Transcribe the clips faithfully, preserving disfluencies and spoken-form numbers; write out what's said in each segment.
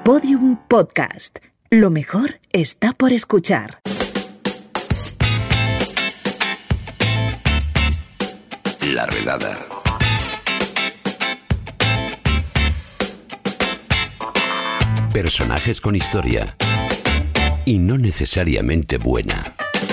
Podium Podcast. Lo mejor está por escuchar. La Redada. Personajes con historia. Y no necesariamente buena.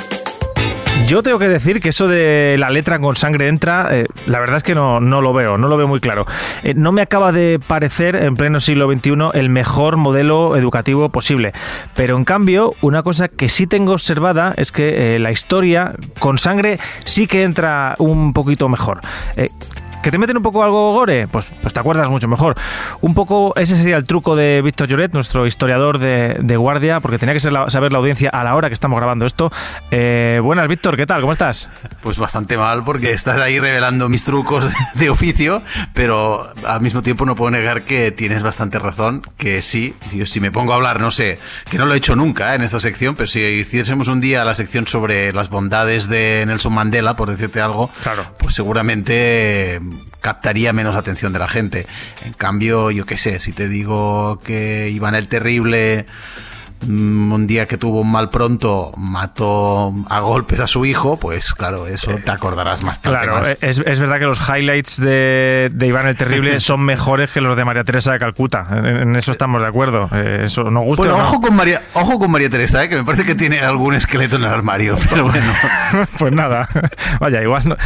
Yo tengo que decir que eso de la letra con sangre entra, eh, la verdad es que no, no lo veo, no lo veo muy claro. Eh, no me acaba de parecer, en pleno siglo veintiuno, el mejor modelo educativo posible. Pero en cambio, una cosa que sí tengo observada es que eh, la historia con sangre sí que entra un poquito mejor. Eh, ¿Que te meten un poco algo gore? Pues, pues te acuerdas mucho mejor. Un poco ese sería el truco de Víctor Lloret, nuestro historiador de, de guardia, porque tenía que ser la, saber la audiencia a la hora que estamos grabando esto. Eh, buenas, Víctor, ¿qué tal? ¿Cómo estás? Pues bastante mal, porque estás ahí revelando mis trucos de oficio, pero al mismo tiempo no puedo negar que tienes bastante razón, que sí, yo si me pongo a hablar, no sé, que no lo he hecho nunca ¿eh? en esta sección, pero si hiciésemos un día la sección sobre las bondades de Nelson Mandela, por decirte algo, claro, pues seguramente captaría menos atención de la gente. En cambio, yo qué sé, si te digo que Iván el Terrible, un día que tuvo un mal pronto, mató a golpes a su hijo, pues claro, eso te acordarás más tarde. Claro, más. Es, es verdad que los highlights de, de Iván el Terrible son mejores que los de María Teresa de Calcuta. En, en eso estamos de acuerdo. Eh, eso nos gusta. Bueno, o no. ojo con María, ojo con María Teresa, ¿eh? Que me parece que tiene algún esqueleto en el armario, pero bueno. Pues nada, vaya, igual. No,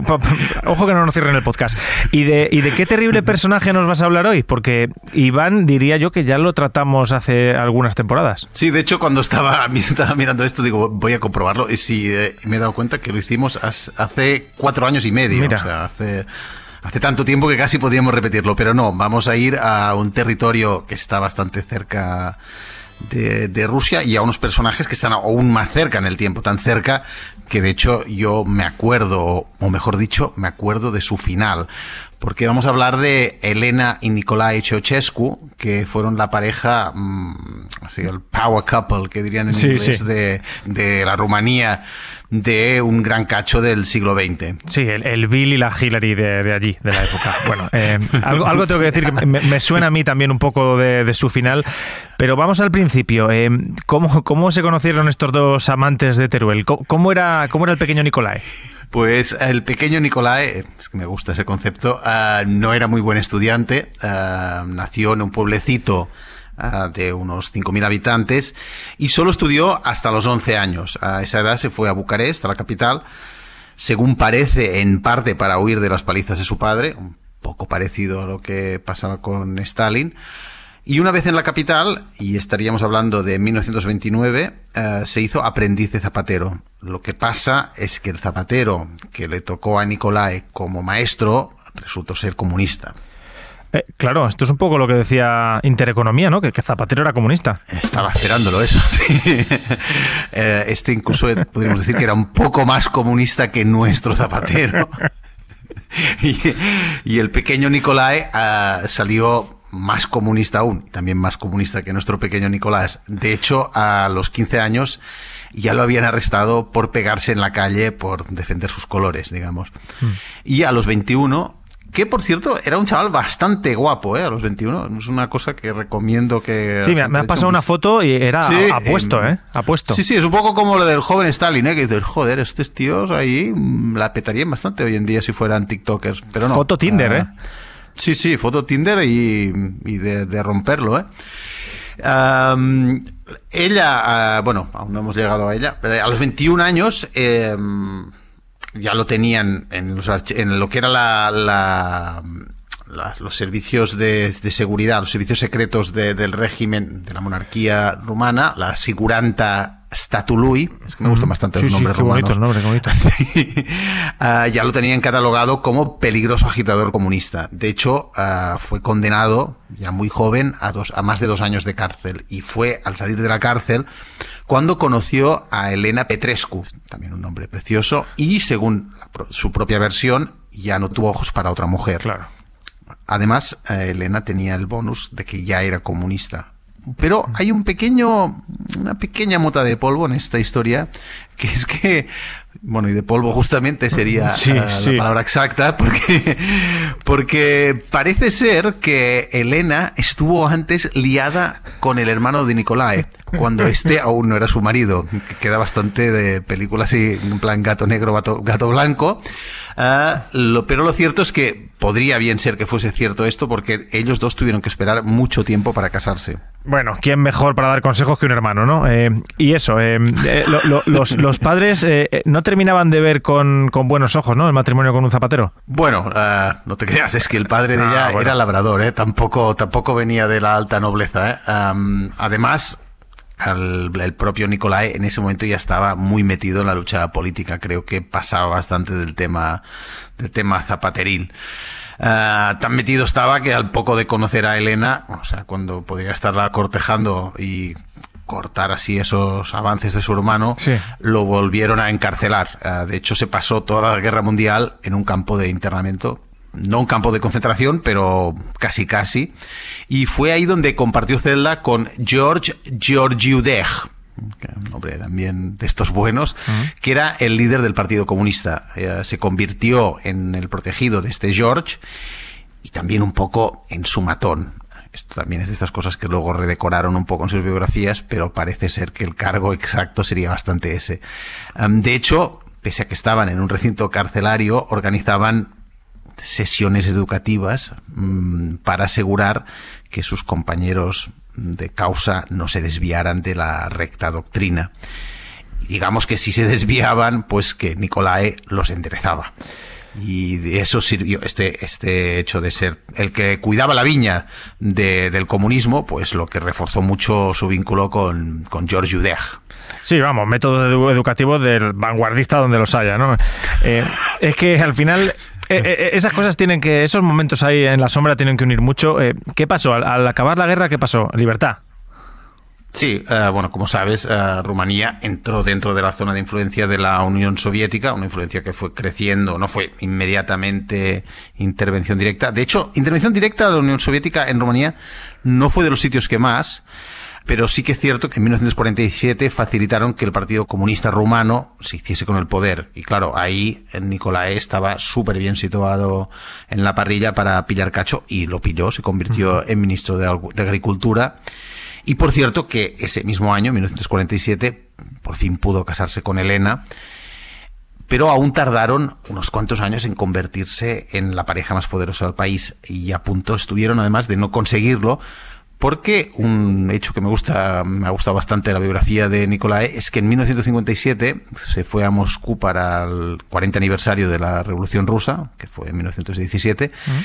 ojo que no nos cierren el podcast. ¿Y de, ¿Y de qué terrible personaje nos vas a hablar hoy? Porque Iván, diría yo que ya lo tratamos hace algunas temporadas. Sí, de hecho, cuando estaba, estaba mirando esto, digo, voy a comprobarlo. Y sí, eh, me he dado cuenta que lo hicimos hace cuatro años y medio. Mira. O sea, hace, hace tanto tiempo que casi podríamos repetirlo. Pero no, vamos a ir a un territorio que está bastante cerca de, de Rusia y a unos personajes que están aún más cerca en el tiempo. Tan cerca que, de hecho, yo me acuerdo, o mejor dicho, me acuerdo de su final. Porque vamos a hablar de Elena y Nicolae Ceausescu, que fueron la pareja, mmm, así, el power couple, que dirían en sí, inglés, sí. De, de la Rumanía, de un gran cacho del siglo veinte. Sí, el, el Bill y la Hillary de, de allí, de la época. Bueno, eh, algo, algo tengo que decir que me, me suena a mí también un poco de, de su final, pero vamos al principio. Eh, ¿cómo, ¿Cómo se conocieron estos dos amantes de Teruel? ¿Cómo, cómo, era, cómo era el pequeño Nicolae? Pues el pequeño Nicolae, es que me gusta ese concepto, uh, no era muy buen estudiante, uh, nació en un pueblecito uh, de unos cinco mil habitantes y solo estudió hasta los once años. A esa edad se fue a Bucarest, a la capital, según parece, en parte para huir de las palizas de su padre, un poco parecido a lo que pasaba con Stalin. Y una vez en la capital, y estaríamos hablando de mil novecientos veintinueve, uh, se hizo aprendiz de zapatero. Lo que pasa es que el zapatero que le tocó a Nicolae como maestro resultó ser comunista. Eh, claro, esto es un poco lo que decía Intereconomía, ¿no? Que, que Zapatero era comunista. Estaba esperándolo eso, sí. eh, este incluso podríamos decir que era un poco más comunista que nuestro Zapatero. y, y el pequeño Nicolae uh, salió más comunista aún, y también más comunista que nuestro pequeño Nicolás. De hecho, a los quince años ya lo habían arrestado por pegarse en la calle, por defender sus colores, digamos. Mm. Y a los veintiuno, que por cierto, era un chaval bastante guapo, ¿eh? A los veintiuno, es una cosa que recomiendo que... Sí, me, me ha pasado una foto y era sí, apuesto, ¿eh? Apuesto. Sí, sí, es un poco como lo del joven Stalin, ¿eh? Que dices, joder, estos tíos ahí la petarían bastante hoy en día si fueran tiktokers, pero no. Foto Tinder, uh, ¿eh? Sí, sí, foto Tinder y, y de, de romperlo, ¿eh? Um, ella, uh, bueno, aún no hemos llegado a ella, a los veintiún años eh, ya lo tenían en, los arch- en lo que era la, la, la, los servicios de, de seguridad, los servicios secretos de, del régimen de la monarquía rumana, la Siguranta Statului, es que me gustan bastante sí, los nombres sí, rumanos. Qué bonito, bonito. Sí. Uh, ya lo tenían catalogado como peligroso agitador comunista. De hecho, uh, fue condenado, ya muy joven, a, dos, a más de dos años de cárcel. Y fue al salir de la cárcel cuando conoció a Elena Petrescu, también un nombre precioso, y según la, su propia versión, ya no tuvo ojos para otra mujer. Claro. Además, uh, Elena tenía el bonus de que ya era comunista. Pero hay un pequeño, una pequeña mota de polvo en esta historia, que es que Bueno, y de polvo justamente sería sí, uh, sí. la palabra exacta, porque, porque parece ser que Elena estuvo antes liada con el hermano de Nicolae, cuando este aún no era su marido, que queda bastante de película así, en plan gato negro, gato, gato blanco. Uh, lo, pero lo cierto es que podría bien ser que fuese cierto esto, porque ellos dos tuvieron que esperar mucho tiempo para casarse. Bueno, ¿quién mejor para dar consejos que un hermano, no? Eh, y eso, eh, eh, lo, lo, los, los padres eh, no terminaban de ver con, con buenos ojos, ¿no? El matrimonio con un zapatero. Bueno, uh, no te creas, es que el padre de ella ah, bueno. era labrador, ¿eh? Tampoco, tampoco venía de la alta nobleza, ¿eh? Um, además... El, el propio Nicolae en ese momento ya estaba muy metido en la lucha política. Creo que pasaba bastante del tema del tema zapateril. Uh, tan metido estaba que al poco de conocer a Elena, o sea, cuando podría estarla cortejando y cortar así esos avances de su hermano, sí. lo volvieron a encarcelar. Uh, de hecho, se pasó toda la guerra mundial en un campo de internamiento. No un campo de concentración, pero casi casi. Y fue ahí donde compartió celda con George Georgiou-Dej, un nombre también de estos buenos, uh-huh. que era el líder del Partido Comunista. Eh, se convirtió en el protegido de este George y también un poco en su matón. Esto también es de estas cosas que luego redecoraron un poco en sus biografías, pero parece ser que el cargo exacto sería bastante ese. Um, de hecho, pese a que estaban en un recinto carcelario, organizaban sesiones educativas mmm, para asegurar que sus compañeros de causa no se desviaran de la recta doctrina. Y digamos que si se desviaban, pues que Nicolae los enderezaba. Y de eso sirvió este, este hecho de ser el que cuidaba la viña de, del comunismo, pues lo que reforzó mucho su vínculo con, con Georgiou-Dej. Sí, vamos, métodos edu- educativos del vanguardista donde los haya, ¿no? Eh, es que al final... Eh, eh, esas cosas tienen que, esos momentos ahí en la sombra tienen que unir mucho. Eh, ¿Qué pasó? Al, al acabar la guerra, ¿qué pasó? Libertad. Sí, uh, bueno, como sabes, uh, Rumanía entró dentro de la zona de influencia de la Unión Soviética, una influencia que fue creciendo, no fue inmediatamente intervención directa. De hecho, intervención directa de la Unión Soviética en Rumanía no fue de los sitios que más, pero sí que es cierto que en mil novecientos cuarenta y siete facilitaron que el Partido Comunista Rumano se hiciese con el poder. Y claro, ahí Nicolae estaba súper bien situado en la parrilla para pillar cacho, y lo pilló, se convirtió uh-huh. en ministro de, de Agricultura. Y por cierto que ese mismo año, mil novecientos cuarenta y siete, por fin pudo casarse con Elena, pero aún tardaron unos cuantos años en convertirse en la pareja más poderosa del país, y a punto estuvieron además de no conseguirlo, porque un hecho que me gusta, me ha gustado bastante de la biografía de Nicolae es que en mil novecientos cincuenta y siete se fue a Moscú para el cuarenta aniversario de la Revolución Rusa, que fue en mil novecientos diecisiete, uh-huh.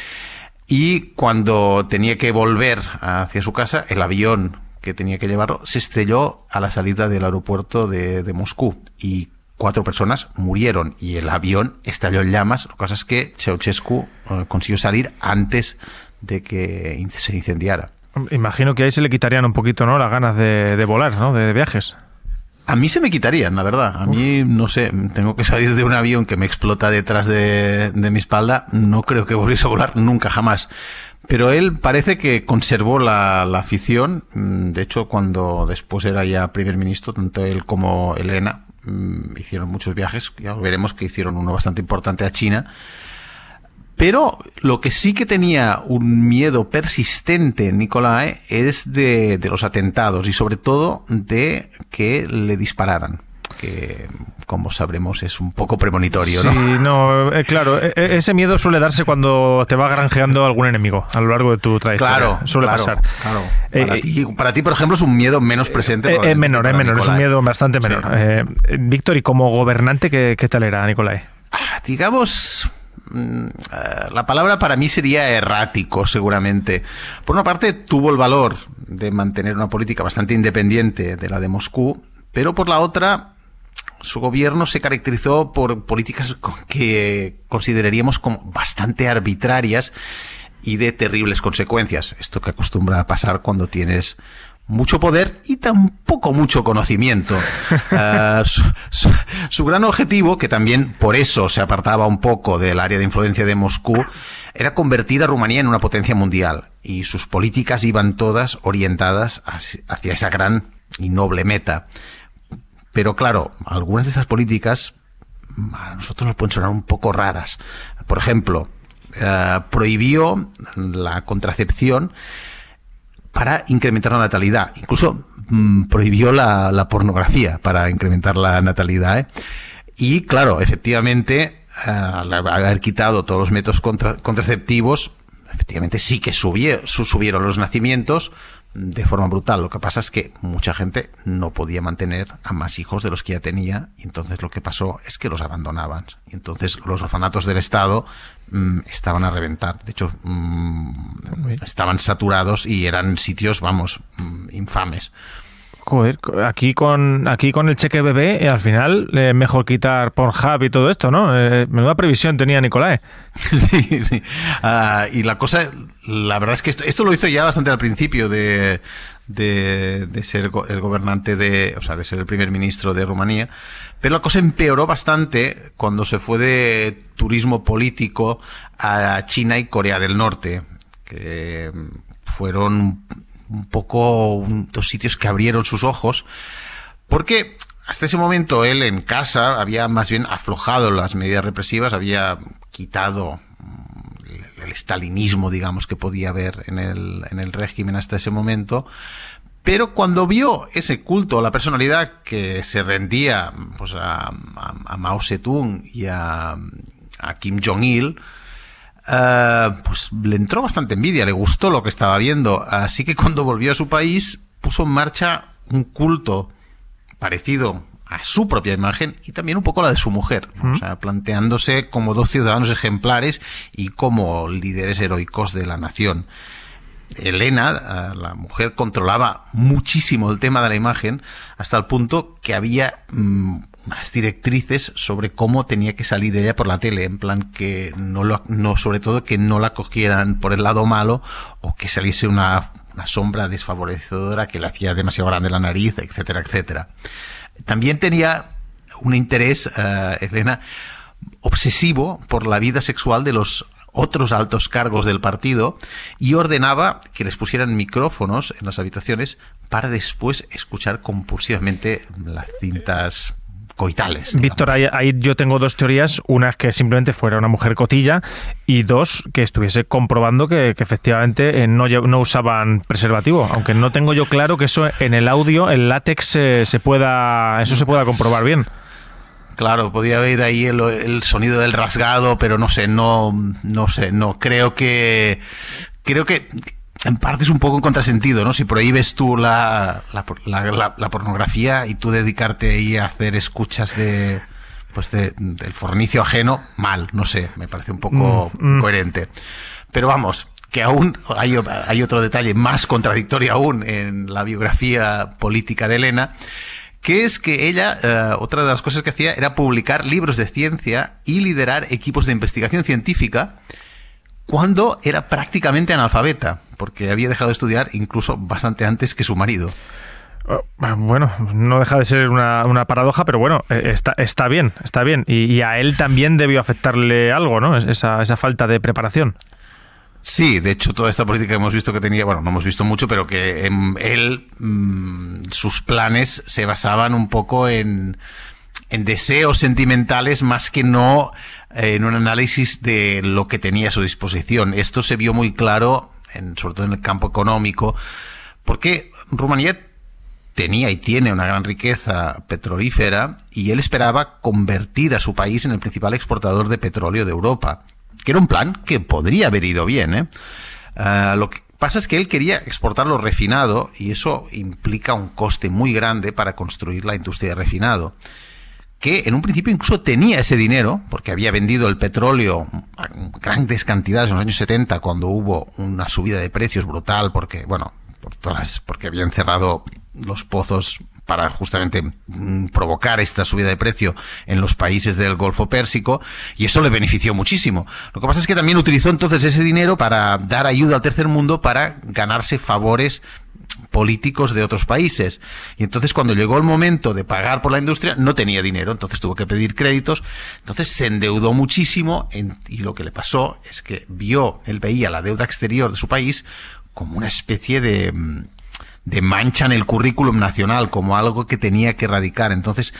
y cuando tenía que volver hacia su casa, el avión que tenía que llevarlo se estrelló a la salida del aeropuerto de, de Moscú, y cuatro personas murieron y el avión estalló en llamas. Lo que pasa es que Ceausescu eh, consiguió salir antes de que se incendiara. Imagino que ahí se le quitarían un poquito, ¿no?, las ganas de, de volar, ¿no?, de, de viajes. A mí se me quitarían, la verdad. A Uf. mí, no sé, tengo que salir de un avión que me explota detrás de, de mi espalda. No creo que volviese a volar nunca, jamás. Pero él parece que conservó la, la afición. De hecho, cuando después era ya primer ministro, tanto él como Elena mmm, hicieron muchos viajes. Ya veremos que hicieron uno bastante importante a China. Pero lo que sí que tenía un miedo persistente en Nicolae es de, de los atentados, y sobre todo de que le dispararan, que como sabremos es un poco premonitorio, ¿no? Sí, no, eh, claro, eh, ese miedo suele darse cuando te va granjeando algún enemigo a lo largo de tu trayectoria. Claro, suele claro, pasar. Claro. Para, eh, ti, para ti, por ejemplo, es un miedo menos presente. Eh, es menor, es menor, Nicolae. Es un miedo bastante menor. Sí. Eh, Víctor, ¿y como gobernante qué, qué tal era Nicolae? Ah, digamos... La palabra para mí sería errático, seguramente. Por una parte, tuvo el valor de mantener una política bastante independiente de la de Moscú, pero por la otra, su gobierno se caracterizó por políticas que consideraríamos como bastante arbitrarias y de terribles consecuencias. Esto que acostumbra a pasar cuando tienes mucho poder y tampoco mucho conocimiento. Uh, su, su, su gran objetivo, que también por eso se apartaba un poco del área de influencia de Moscú, era convertir a Rumanía en una potencia mundial, y sus políticas iban todas orientadas hacia esa gran y noble meta. Pero claro, algunas de esas políticas a nosotros nos pueden sonar un poco raras. Por ejemplo, eh, prohibió la contracepción para incrementar la natalidad. Incluso mmm, prohibió la, la pornografía para incrementar la natalidad, ¿eh? Y claro, efectivamente, eh, al haber quitado todos los métodos contra, contraceptivos, efectivamente sí que subió, subieron los nacimientos de forma brutal. Lo que pasa es que mucha gente no podía mantener a más hijos de los que ya tenía, y entonces lo que pasó es que los abandonaban. Y entonces los orfanatos del Estado mmm, estaban a reventar. De hecho, mmm, estaban saturados y eran sitios, vamos, mmm, infames. Joder, aquí con aquí con el cheque bebé, eh, al final es eh, mejor quitar Pornhub y todo esto, ¿no? Eh, menuda previsión tenía Nicolás. Sí, sí. Uh, y la cosa, la verdad es que esto, esto lo hizo ya bastante al principio de, de, de ser el gobernante de, o sea, de ser el primer ministro de Rumanía, pero la cosa empeoró bastante cuando se fue de turismo político a China y Corea del Norte, que fueron un poco dos sitios que abrieron sus ojos, porque hasta ese momento él en casa había más bien aflojado las medidas represivas, había quitado el estalinismo, digamos, que podía haber en el, en el régimen hasta ese momento. Pero cuando vio ese culto a la personalidad que se rendía pues a, a, a Mao Zedong y a, a Kim Jong-il, Uh, pues le entró bastante envidia, le gustó lo que estaba viendo, así que cuando volvió a su país puso en marcha un culto parecido a su propia imagen y también un poco a la de su mujer, ¿no? O sea, planteándose como dos ciudadanos ejemplares y como líderes heroicos de la nación. Elena, la mujer, controlaba muchísimo el tema de la imagen hasta el punto que había mmm, más directrices sobre cómo tenía que salir ella por la tele, en plan que no, lo, no sobre todo que no la cogieran por el lado malo o que saliese una, una sombra desfavorecedora que le hacía demasiado grande la nariz, etcétera, etcétera. También tenía un interés, uh, Elena, obsesivo por la vida sexual de los otros altos cargos del partido y ordenaba que les pusieran micrófonos en las habitaciones para después escuchar compulsivamente las cintas coitales. Digamos. Víctor, ahí, ahí yo tengo dos teorías. Una es que simplemente fuera una mujer cotilla y dos, que estuviese comprobando que, que efectivamente eh, no, no usaban preservativo, aunque no tengo yo claro que eso en el audio, el látex, eh, se pueda eso se pueda comprobar bien. Claro, podía haber ahí el, el sonido del rasgado, pero no sé, no, no sé, no creo que creo que en parte es un poco un contrasentido, ¿no? Si prohíbes tú la, la, la, la, la pornografía y tú dedicarte ahí a hacer escuchas de pues de, del fornicio ajeno, mal, no sé, me parece un poco mm, incoherente. Mm. Pero vamos, que aún hay, hay otro detalle más contradictorio aún en la biografía política de Elena, que es que ella, eh, otra de las cosas que hacía era publicar libros de ciencia y liderar equipos de investigación científica cuando era prácticamente analfabeta, porque había dejado de estudiar incluso bastante antes que su marido. Bueno, no deja de ser una, una paradoja, pero bueno, está, está bien, está bien. Y, y a él también debió afectarle algo, ¿no? Esa, esa falta de preparación. Sí, de hecho, toda esta política que hemos visto que tenía, bueno, no hemos visto mucho, pero que en él, mmm, sus planes se basaban un poco en, en deseos sentimentales más que no eh, en un análisis de lo que tenía a su disposición. Esto se vio muy claro, en, sobre todo en el campo económico, porque Rumanía tenía y tiene una gran riqueza petrolífera y él esperaba convertir a su país en el principal exportador de petróleo de Europa. Que era un plan que podría haber ido bien, ¿eh? Uh, lo que pasa es que él quería exportarlo refinado y eso implica un coste muy grande para construir la industria de refinado, que en un principio incluso tenía ese dinero porque había vendido el petróleo a grandes cantidades en los años setenta cuando hubo una subida de precios brutal porque, bueno, por todas, porque habían cerrado los pozos para justamente mmm, provocar esta subida de precio en los países del Golfo Pérsico, y eso le benefició muchísimo. Lo que pasa es que también utilizó entonces ese dinero para dar ayuda al tercer mundo para ganarse favores políticos de otros países. Y entonces cuando llegó el momento de pagar por la industria no tenía dinero, entonces tuvo que pedir créditos, entonces se endeudó muchísimo en, y lo que le pasó es que vio, él veía la deuda exterior de su país como una especie de... de mancha en el currículum nacional, como algo que tenía que erradicar. Entonces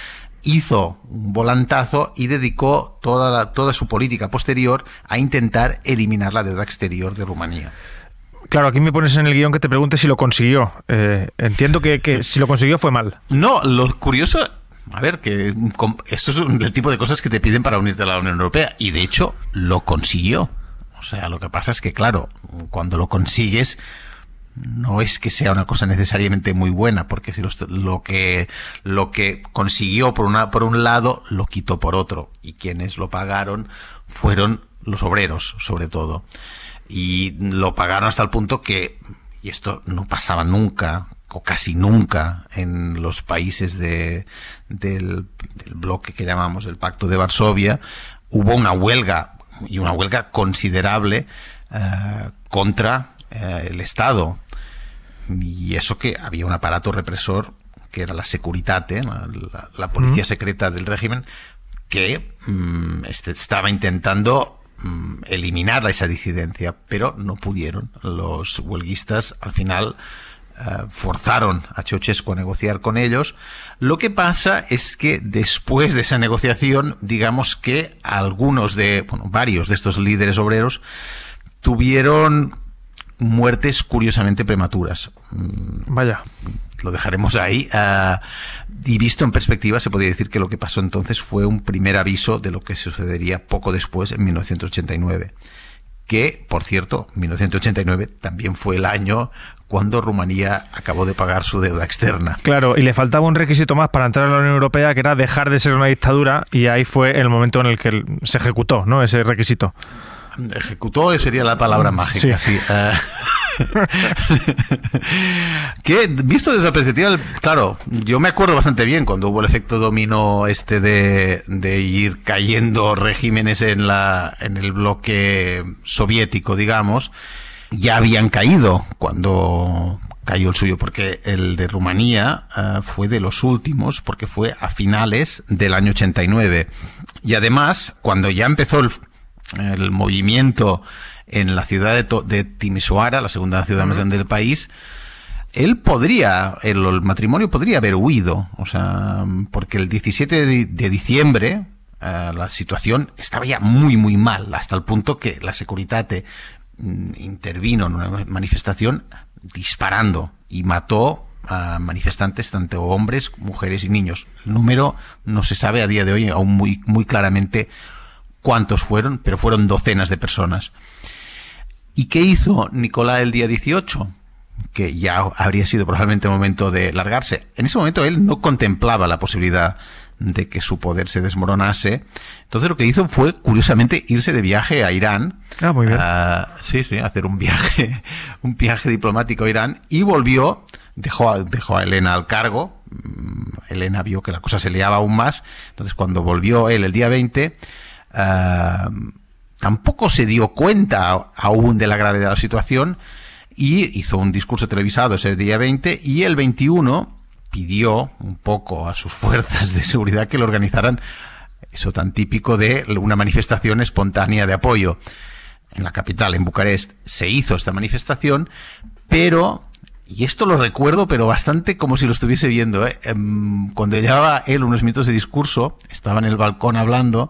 hizo un volantazo y dedicó toda, la, toda su política posterior a intentar eliminar la deuda exterior de Rumanía. Claro, aquí me pones en el guión que te pregunte si lo consiguió. Eh, entiendo que, que si lo consiguió fue mal. No, lo curioso... A ver, que esto es el tipo de cosas que te piden para unirte a la Unión Europea. Y de hecho, lo consiguió. O sea, lo que pasa es que, claro, cuando lo consigues, no es que sea una cosa necesariamente muy buena, porque si lo, lo que lo que consiguió por una por un lado, lo quitó por otro. Y quienes lo pagaron fueron los obreros, sobre todo. Y lo pagaron hasta el punto que, y esto no pasaba nunca, o casi nunca, en los países de, del, del bloque que llamamos el Pacto de Varsovia, hubo una huelga, y una huelga considerable eh, contra eh, el Estado. Y eso que había un aparato represor, que era la Securitate, la, la, la policía mm. secreta del régimen, que mm, este, estaba intentando mm, eliminar esa disidencia, pero no pudieron. Los huelguistas, al final, Uh, forzaron a Ceausescu a negociar con ellos. Lo que pasa es que después de esa negociación, digamos que algunos de, bueno, varios de estos líderes obreros tuvieron muertes curiosamente prematuras. Vaya. Lo dejaremos ahí. Uh, y visto en perspectiva, se podría decir que lo que pasó entonces fue un primer aviso de lo que sucedería poco después, en mil novecientos ochenta y nueve. Que, por cierto, mil novecientos ochenta y nueve también fue el año cuando Rumanía acabó de pagar su deuda externa. Claro, y le faltaba un requisito más para entrar a la Unión Europea, que era dejar de ser una dictadura, y ahí fue el momento en el que se ejecutó, ¿no?, ese requisito. Ejecutó sería la palabra mágica, sí. sí. Uh... que visto desde la perspectiva, claro, yo me acuerdo bastante bien cuando hubo el efecto dominó este de, de ir cayendo regímenes en la en el bloque soviético, digamos. Ya habían caído cuando cayó el suyo, porque el de Rumanía uh, fue de los últimos, porque fue a finales del año ochenta y nueve. Y además, cuando ya empezó el, el movimiento en la ciudad de, to- de Timișoara, la segunda ciudad más grande del país, él podría, el, el matrimonio podría haber huido, o sea, porque el diecisiete de, de diciembre uh, la situación estaba ya muy, muy mal, hasta el punto que la Securitate mm, intervino en una manifestación disparando y mató a manifestantes, tanto hombres, mujeres y niños. El número no se sabe a día de hoy aún muy, muy claramente cuántos fueron, pero fueron docenas de personas. ¿Y qué hizo Nicolás el día dieciocho? Que ya habría sido probablemente el momento de largarse. En ese momento él no contemplaba la posibilidad de que su poder se desmoronase. Entonces lo que hizo fue, curiosamente, irse de viaje a Irán. Ah, muy bien. Uh, sí, sí, hacer un viaje, un viaje diplomático a Irán, y volvió, dejó a, dejó a Elena al cargo. Elena vio que la cosa se liaba aún más. Entonces cuando volvió él el día veinte... Uh, tampoco se dio cuenta aún de la gravedad de la situación y hizo un discurso televisado ese día veinte, y el veintiuno pidió un poco a sus fuerzas de seguridad que lo organizaran, eso tan típico de una manifestación espontánea de apoyo. En la capital, en Bucarest, se hizo esta manifestación, pero, y esto lo recuerdo, pero bastante como si lo estuviese viendo, ¿eh? Cuando llevaba él unos minutos de discurso, estaba en el balcón hablando,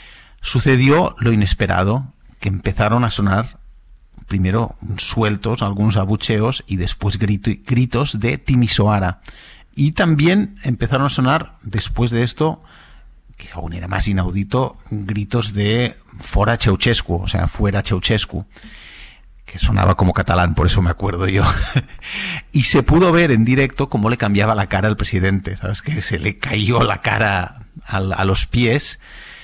sucedió lo inesperado, que empezaron a sonar primero sueltos, algunos abucheos, y después grito, gritos de Timișoara. Y también empezaron a sonar, después de esto, que aún era más inaudito, gritos de fora Ceausescu, o sea, fuera Ceausescu, que sonaba como catalán, por eso me acuerdo yo. Y se pudo ver en directo cómo le cambiaba la cara al presidente, ¿sabes? Que se le cayó la cara a, a los pies.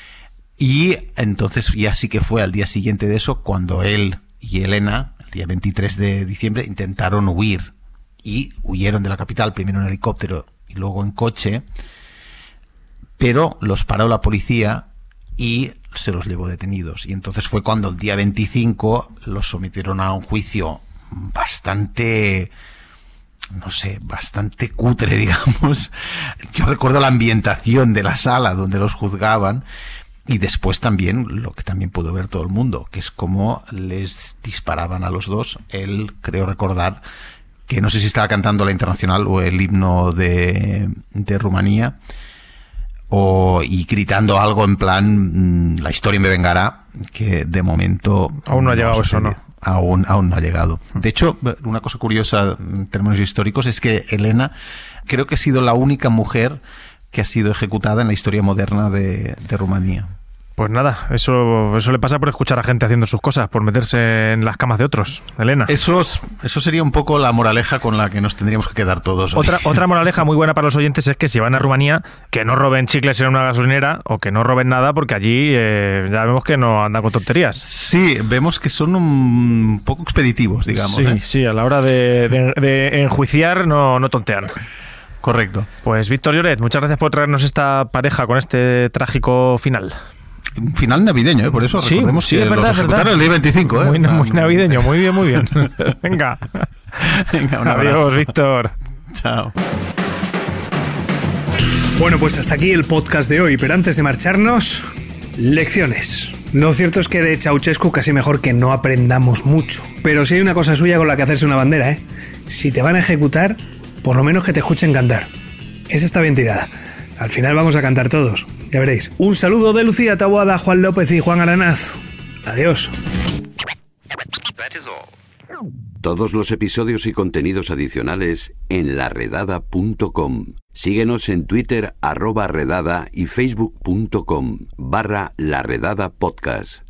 Y entonces ya sí que fue al día siguiente de eso cuando él y Elena, el día veintitrés de diciembre, intentaron huir. Y huyeron de la capital, primero en helicóptero y luego en coche. Pero los paró la policía y se los llevó detenidos. Y entonces fue cuando el día veinticinco los sometieron a un juicio bastante... no sé, bastante cutre, digamos. Yo recuerdo la ambientación de la sala donde los juzgaban. Y después también, lo que también pudo ver todo el mundo, que es cómo les disparaban a los dos. Él, creo recordar, que no sé si estaba cantando la Internacional o el himno de, de Rumanía, o y gritando algo en plan, la historia me vengará, que de momento... Aún no ha llegado eso, ¿no? Aún, aún no ha llegado. De hecho, una cosa curiosa en términos históricos es que Helena creo que ha sido la única mujer que ha sido ejecutada en la historia moderna de, de Rumanía. Pues nada, eso eso le pasa por escuchar a gente haciendo sus cosas, por meterse en las camas de otros, Helena. Eso, eso sería un poco la moraleja con la que nos tendríamos que quedar todos hoy. Otra, otra moraleja muy buena para los oyentes es que si van a Rumanía, que no roben chicles en una gasolinera o que no roben nada, porque allí eh, ya vemos que no andan con tonterías. Sí, vemos que son un poco expeditivos, digamos. Sí, ¿eh? sí, a la hora de, de, de enjuiciar no, no tontean. Correcto. Pues Víctor Lloret, muchas gracias por traernos esta pareja con este trágico final. Un final navideño, ¿eh? Por eso sí, recordemos sí, que es verdad, los ejecutaron el día veinticinco. ¿eh? Muy, muy navideño, muy bien, muy bien. Venga. Venga, un Adiós, abrazo. Víctor. Chao. Bueno, pues hasta aquí el podcast de hoy, pero antes de marcharnos, lecciones. Lo cierto es que de Ceausescu casi mejor que no aprendamos mucho. Pero sí hay una cosa suya con la que hacerse una bandera, ¿eh? Si te van a ejecutar, por lo menos que te escuchen cantar. Esa está bien tirada. Al final vamos a cantar todos, ya veréis. Un saludo de Lucía Taboada, Juan López y Juan Aranaz. Adiós. Todos los episodios y contenidos adicionales en la redada punto com. Síguenos en Twitter, arroba redada y facebook punto com barra la redada podcast.